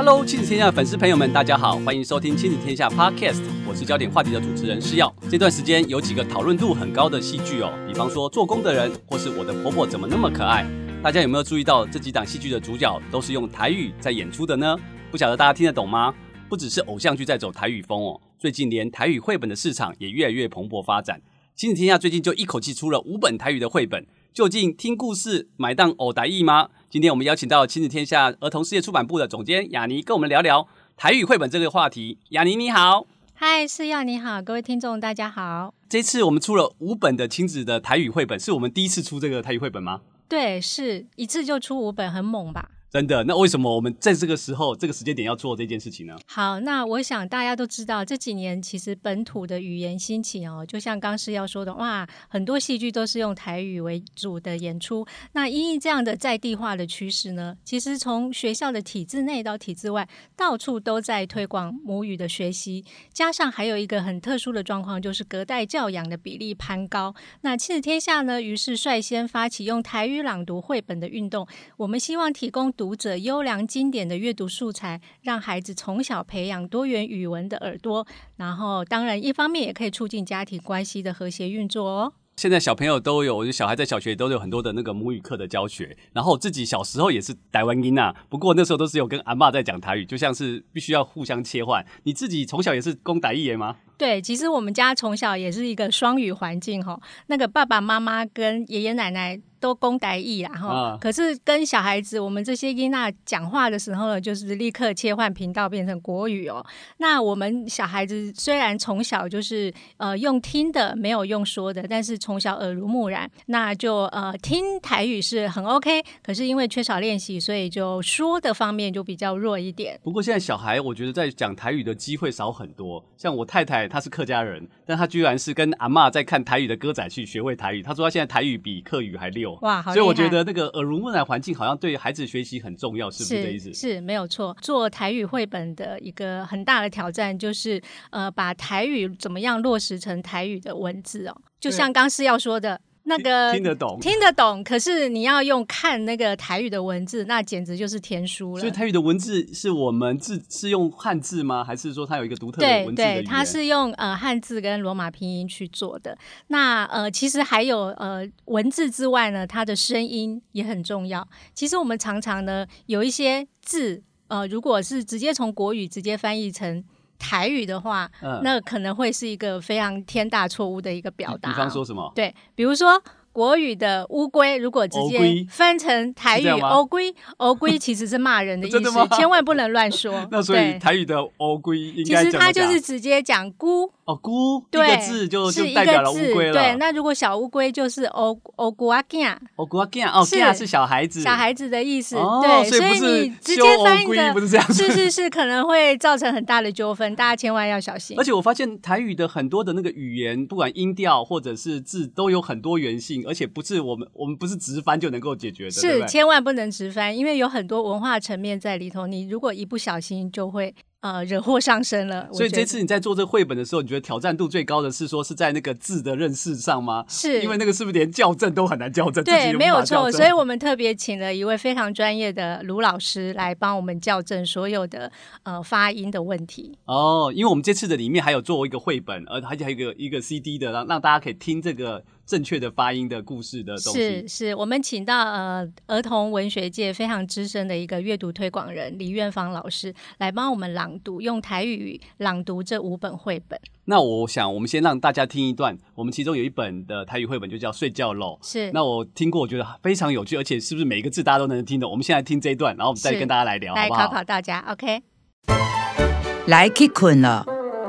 Hello， 亲子天下的粉丝朋友们，大家好，欢迎收听亲子天下 Podcast， 我是焦点话题的主持人施耀。这段时间有几个讨论度很高的戏剧哦，比方说做工的人，或是我的婆婆怎么那么可爱。大家有没有注意到这几档戏剧的主角都是用台语在演出的呢？不晓得大家听得懂吗？不只是偶像剧在走台语风哦，最近连台语绘本的市场也越来越蓬勃发展。亲子天下最近就一口气出了5本台语的绘本，究竟听故事买当偶台语吗？今天我们邀请到亲子天下儿童事业出版部的总监雅妮，跟我们聊聊台语绘本这个话题。雅妮你好。 嗨，施耀你好，各位听众大家好。 这次我们出了5本的亲子的台语绘本，是我们第一次出这个台语绘本吗？ 对，是一次就出5本，很猛吧？ 真的，那为什么我们在这个时候这个时间点要做这件事情呢？ 好，那我想大家都知道，这几年其实本土的语言兴起哦，就像刚施耀说的，哇，很多戏剧都是用台语为主的演出。那因应这样的在地化的趋势呢，其实从学校的体制内到体制外，到处都在推广母语的学习。加上还有一个很特殊的状况，就是隔代教养的比例攀高。那亲子天下呢，于是率先发起用台语朗读绘本的运动，我们希望提供读者优良经典的阅读素材，让孩子从小培养多元语文的耳朵，然后当然一方面也可以促进家庭关系的和谐运作哦。 现在小朋友都有，我的小孩在小学都有很多的那个母语课的教学，然后自己小时候也是台湾囡仔，不过那时候都是有跟阿嬷在讲台语，就像是必须要互相切换。你自己从小也是讲台语的吗？ 对，其实我们家从小也是一个双语环境哈，那个爸爸妈妈跟爷爷奶奶都讲台语啦哈，可是跟小孩子我们这些囡仔讲话的时候呢，就是立刻切换频道变成国语哦。那我们小孩子虽然从小就是用听的，没有用说的，但是从小耳濡目染，那就听台语是很 OK， 可是因为缺少练习，所以就说的方面就比较弱一点。 不过现在小孩我觉得在讲台语的机会少很多，像我太太她是客家人，但她居然是跟阿嬷在看台语的歌仔去学会台语，她说她现在台语比客语还溜。 哇，好厉害！ 所以我觉得那个耳濡目染环境好像对孩子学习很重要，是不是这意思？ 是没有错。做台语绘本的一个很大的挑战就是把台语怎么样落实成台语的文字哦，就像刚施耀说的那个听得懂， 可是你要用看那个台语的文字，那简直就是天书了。 所以台语的文字是我们是用汉字吗？还是说它有一个独特的文字的语言？ 对，它是用汉字跟罗马拼音去做的。那其实还有文字之外呢，它的声音也很重要。其实我们常常呢有一些字如果是直接从国语直接翻译成台语的话，那可能会是一个非常天大错误的一个表达。 比方说什么？ 对，比如说国语的乌龟，如果直接翻成台语欧龟其实是骂人的意思，千万不能乱说。 那所以台语的欧龟应该其实它就是直接讲菇。 菇一个字就代表了乌龟了。 对，那如果小乌龟就是欧龟仔囝， 欧龟仔囝，囝是小孩子， 小孩子的意思。对， 所以你直接翻译的不是这样子， 是可能会造成很大的纠纷，大家千万要小心。 而且我发现台语的很多的那个语言，不管音调或者是字，都有很多元性，而且不是我们不是直翻就能够解决的， 是千万不能直翻，因为有很多文化层面在里头，你如果一不小心就会惹祸上身了。 所以这次你在做这个绘本的时候，你觉得挑战度最高的是说是在那个字的认识上吗？ 是因为那个是不是连校正都很难校正？ 对，没有错。所以我们特别请了一位非常专业的卢老师来帮我们校正所有的发音的问题。 因为我们这次的里面还有做一个绘本，而且还有一个 CD 的，让大家可以听这个正确的发音的故事的东西。 是我们请到儿童文学界非常资深的一个阅读推广人李苑芳老师来帮我们朗读，用台语朗读这5本绘本。 那我想我们先让大家听一段，我们其中有一本的台语绘本就叫睡觉喽。 是， 那我听过，我觉得非常有趣，而且是不是每一个字大家都能听懂？我们现在听这一段，然后我们再跟大家来聊，好不好？ 来考考大家 ，OK？ 来去困了，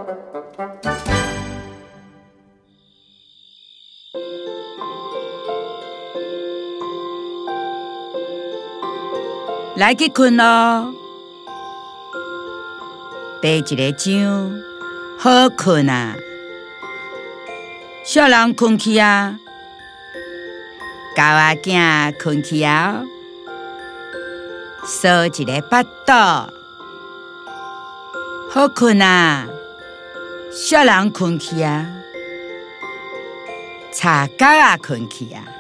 来去困咯，爬一个掌，好困啊！小人困去啊，猴仔囝困去啊，扫一个巴肚，好困啊！小人困去啊，茶狗仔困去啊，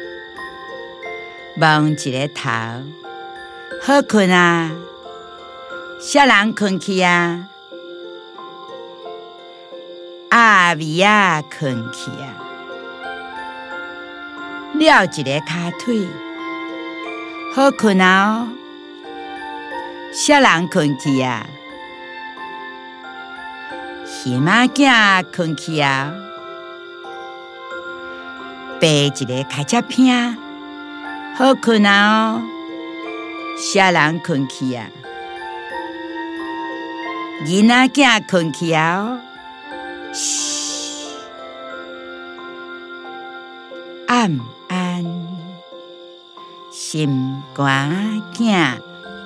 望一个头，好困啊！ 小人困去啊，阿咪啊困去啊，了一个骹腿，好困啊哦。小人困去啊，鱼仔囝困去啊，爬一个开车片，好困啊哦。小人困去啊，囡仔囝困去啊哦。嘘，暗暗心肝囝。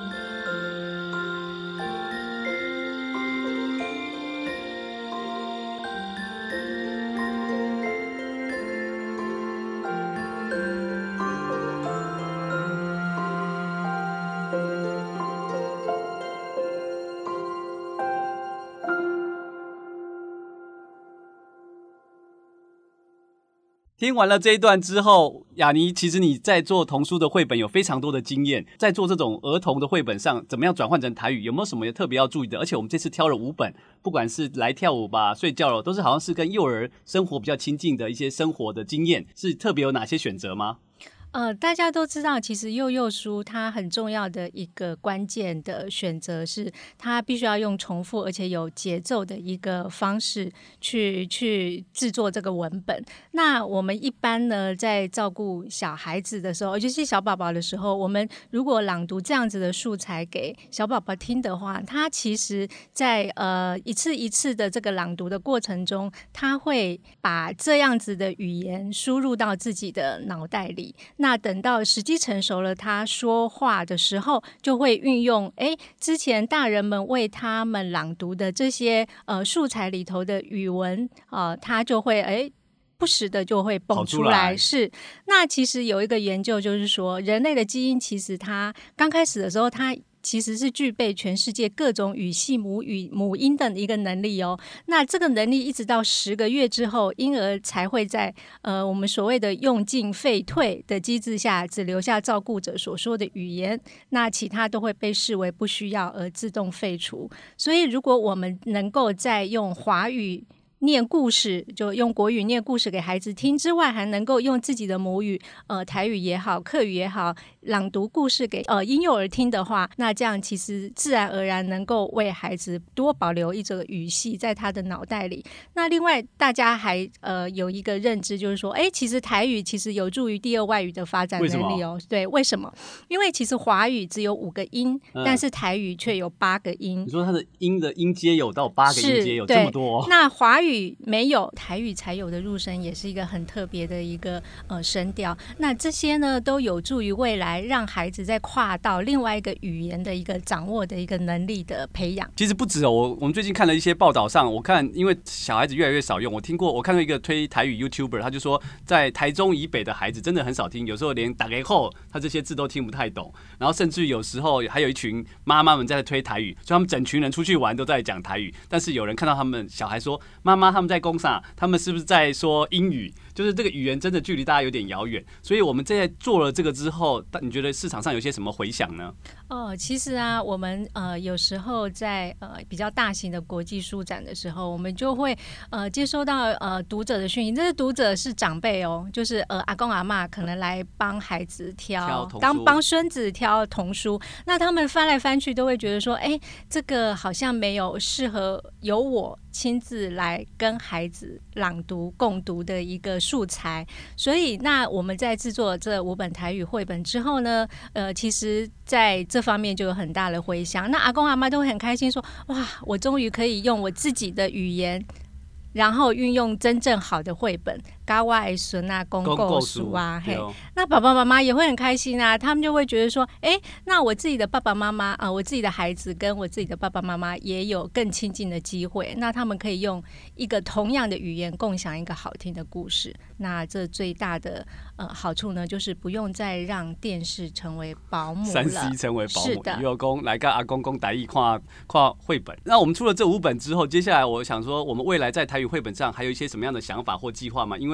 听完了这一段之后，雅妮，其实你在做童书的绘本有非常多的经验，在做这种儿童的绘本上，怎么样转换成台语，有没有什么特别要注意的？而且我们这次挑了5本，不管是来跳舞吧、睡觉了，都是好像是跟幼儿生活比较亲近的一些生活的经验，是特别有哪些选择吗？ 大家都知道，其实幼幼书它很重要的一个关键的选择是，它必须要用重复而且有节奏的一个方式去制作这个文本。那我们一般呢，在照顾小孩子的时候，尤其是小宝宝的时候，我们如果朗读这样子的素材给小宝宝听的话，他其实在一次一次的这个朗读的过程中，他会把这样子的语言输入到自己的脑袋里。那等到时机成熟了，他说话的时候，就会运用之前大人们为他们朗读的这些素材里头的语文他就会不时的就会蹦出来。是，那其实有一个研究就是说，人类的基因其实它刚开始的时候，它其实是具备全世界各种语系母音的一个能力哦。那这个能力一直到10个月之后，婴儿才会在我们所谓的用进废退的机制下，只留下照顾者所说的语言，那其他都会被视为不需要而自动废除。所以如果我们能够再用华语念故事，就用国语念故事给孩子听之外，还能够用自己的母语台语也好，客语也好，朗读故事给婴幼儿听的话，那这样其实自然而然能够为孩子多保留一种语系在他的脑袋里。那另外大家还有一个认知，就是说其实台语其实有助于第2外语的发展能力哦。对，为什么？因为其实华语只有5个音，但是台语却有8个音。 你说它的音的音阶有到8个音阶，有这么多那华语没有，台语才有的入声，也是一个很特别的一个声调。那这些呢，都有助于未来让孩子在跨到另外一个语言的一个掌握的一个能力的培养。 其实不止哦，我们最近看了一些报道上，我看因为小孩子越来越少用，我看过一个推台语 YouTuber， 他就说在台中以北的孩子真的很少听，有时候连打给后他这些字都听不太懂，然后甚至有时候还有一群妈妈们在推台语，所以他们整群人出去玩都在讲台语，但是有人看到他们小孩说，妈妈他们在公啥，他们是不是在说英语？就是这个语言真的距离大家有点遥远，所以我们在做了这个之后，你觉得市场上有些什么回响呢？ 其实啊，我们有时候在比较大型的国际书展的时候，我们就会接收到读者的讯息，这些读者是长辈哦，就是阿公阿嬷可能来帮孩子帮孙子挑童书，那他们翻来翻去都会觉得说，这个好像没有适合由我亲自来跟孩子朗读共读的一个素材，所以那我们在制作这5本台语绘本之后呢，其实在这方面就有很大的回响。那阿公阿嬷都会很开心说，哇，我终于可以用我自己的语言，然后运用真正好的绘本，跟我的孙啊公故事啊，那爸爸妈妈也会很开心啊，他们就会觉得说，那我自己的爸爸妈妈我自己的孩子跟我自己的爸爸妈妈也有更亲近的机会，那他们可以用一个同样的语言共享一个好听的故事。那这最大的好处呢，就是不用再让电视成为保姆了 ，3C 成为保姆。 是的， 有公来跟阿公公台语看绘本。那我们出了这5本之后，接下来我想说，我们未来在台语绘本上还有一些什么样的想法或计划吗？因为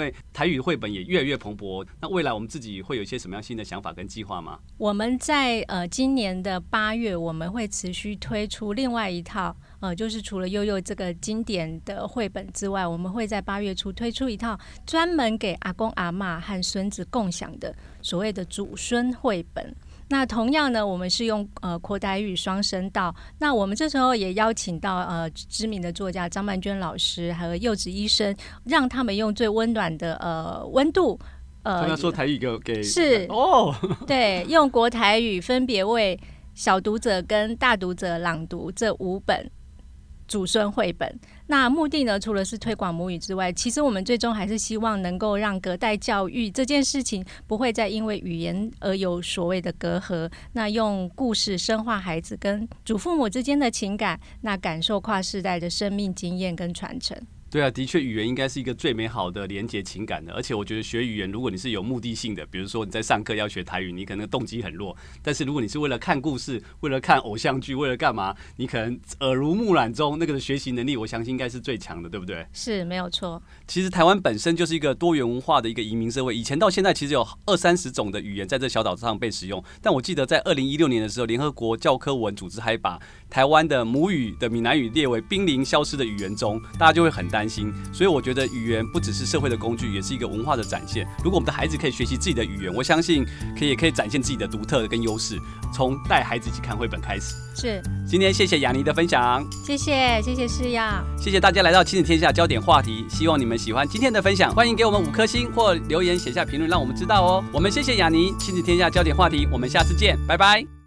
为台语绘本也越来越蓬勃，那未来我们自己会有一些什么样新的想法跟计划吗？ 我们在今年的8月，我们会持续推出另外一套就是除了悠悠这个经典的绘本之外，我们会在8月初推出一套专门给阿公阿嬷和孙子共享的所谓的祖孙绘本。那同样呢，我们是用扩台语双声道。那我们这时候也邀请到知名的作家张曼娟老师还有柚子医生，让他们用最温暖的温度。 要说台语给是哦， 对，用国台语分别为小读者跟大读者朗读这5本祖孙绘本。那目的呢，除了是推广母语之外，其实我们最终还是希望能够让隔代教育这件事情不会再因为语言而有所谓的隔阂。那用故事深化孩子跟祖父母之间的情感，那感受跨世代的生命经验跟传承。 对啊，的确，语言应该是一个最美好的连结情感的。而且我觉得学语言，如果你是有目的性的，比如说你在上课要学台语，你可能动机很弱；但是如果你是为了看故事、为了看偶像剧、为了干嘛，你可能耳濡目染中那个学习能力，我相信应该是最强的，对不对？ 是，没有错。 其实台湾本身就是一个多元文化的一个移民社会，以前到现在其实有20-30种的语言在这小岛上被使用。但我记得在2016年的时候，联合国教科文组织还把台湾的母语的闽南语列为濒临消失的语言中，大家就会很担心。所以我觉得语言不只是社会的工具，也是一个文化的展现。如果我们的孩子可以学习自己的语言，我相信也可以展现自己的独特跟优势，从带孩子一起看绘本开始。 是， 今天谢谢雅妮的分享， 谢谢诗耀， 谢谢大家来到亲子天下焦点话题，希望你们喜欢今天的分享，欢迎给我们5颗星或留言写下评论，让我们知道哦。我们谢谢雅妮，亲子天下焦点话题，我们下次见，拜拜。